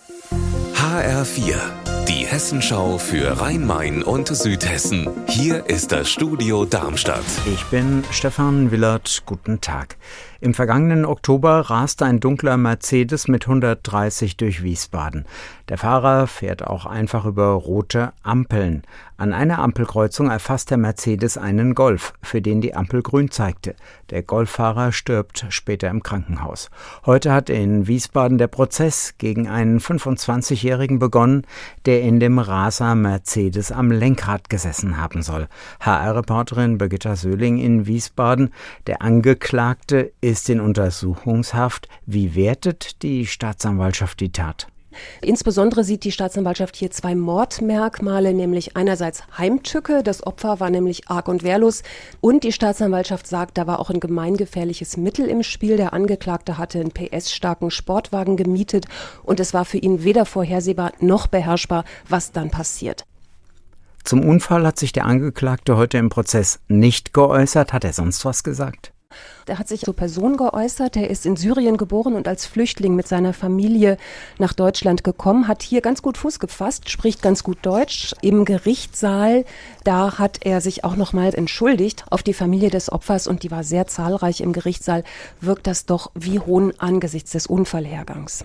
HR4, die Hessenschau für Rhein-Main und Südhessen. Hier ist das Studio Darmstadt. Ich bin Stefan Willert. Guten Tag. Im vergangenen Oktober raste ein dunkler Mercedes mit 130 durch Wiesbaden. Der Fahrer fährt auch einfach über rote Ampeln. An einer Ampelkreuzung erfasst der Mercedes einen Golf, für den die Ampel grün zeigte. Der Golffahrer stirbt später im Krankenhaus. Heute hat in Wiesbaden der Prozess gegen einen 25-Jährigen begonnen, der in dem Raser Mercedes am Lenkrad gesessen haben soll. HR-Reporterin Birgitta Söhling in Wiesbaden. Der Angeklagte ist in Untersuchungshaft. Wie wertet die Staatsanwaltschaft die Tat? Insbesondere sieht die Staatsanwaltschaft hier zwei Mordmerkmale, nämlich einerseits Heimtücke, das Opfer war nämlich arg und wehrlos, und die Staatsanwaltschaft sagt, da war auch ein gemeingefährliches Mittel im Spiel. Der Angeklagte hatte einen PS-starken Sportwagen gemietet und es war für ihn weder vorhersehbar noch beherrschbar, was dann passiert. Zum Unfall hat sich der Angeklagte heute im Prozess nicht geäußert. Hat er sonst was gesagt? Er hat sich zur Person geäußert. Er ist in Syrien geboren und als Flüchtling mit seiner Familie nach Deutschland gekommen, hat hier ganz gut Fuß gefasst, spricht ganz gut Deutsch. Im Gerichtssaal, da hat er sich auch nochmal entschuldigt auf die Familie des Opfers und die war sehr zahlreich im Gerichtssaal. Wirkt das doch wie Hohn angesichts des Unfallhergangs.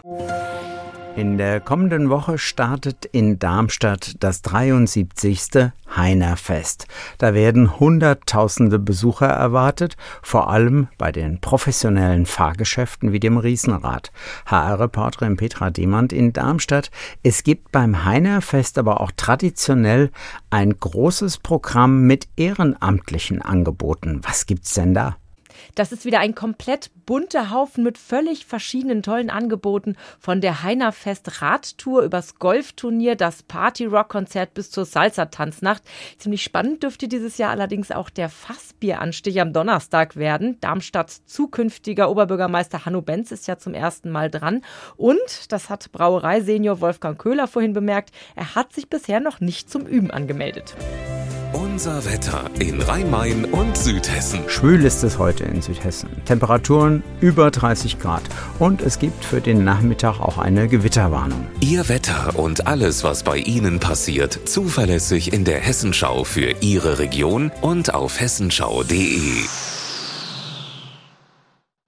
In der kommenden Woche startet in Darmstadt das 73. Heinerfest. Da werden Hunderttausende Besucher erwartet, vor allem bei den professionellen Fahrgeschäften wie dem Riesenrad. HR-Reporterin Petra Demand in Darmstadt. Es gibt beim Heinerfest aber auch traditionell ein großes Programm mit ehrenamtlichen Angeboten. Was gibt's denn da? Das ist wieder ein komplett bunter Haufen mit völlig verschiedenen tollen Angeboten. Von der Heinerfest-Radtour übers Golfturnier, das Party-Rock-Konzert bis zur Salsa-Tanznacht. Ziemlich spannend dürfte dieses Jahr allerdings auch der Fassbieranstich am Donnerstag werden. Darmstadts zukünftiger Oberbürgermeister Hanno Benz ist ja zum ersten Mal dran. Und, das hat Brauereisenior Wolfgang Köhler vorhin bemerkt, er hat sich bisher noch nicht zum Üben angemeldet. Unser Wetter in Rhein-Main und Südhessen. Schwül ist es heute in Südhessen. Temperaturen über 30 Grad. Und es gibt für den Nachmittag auch eine Gewitterwarnung. Ihr Wetter und alles, was bei Ihnen passiert, zuverlässig in der Hessenschau für Ihre Region und auf hessenschau.de.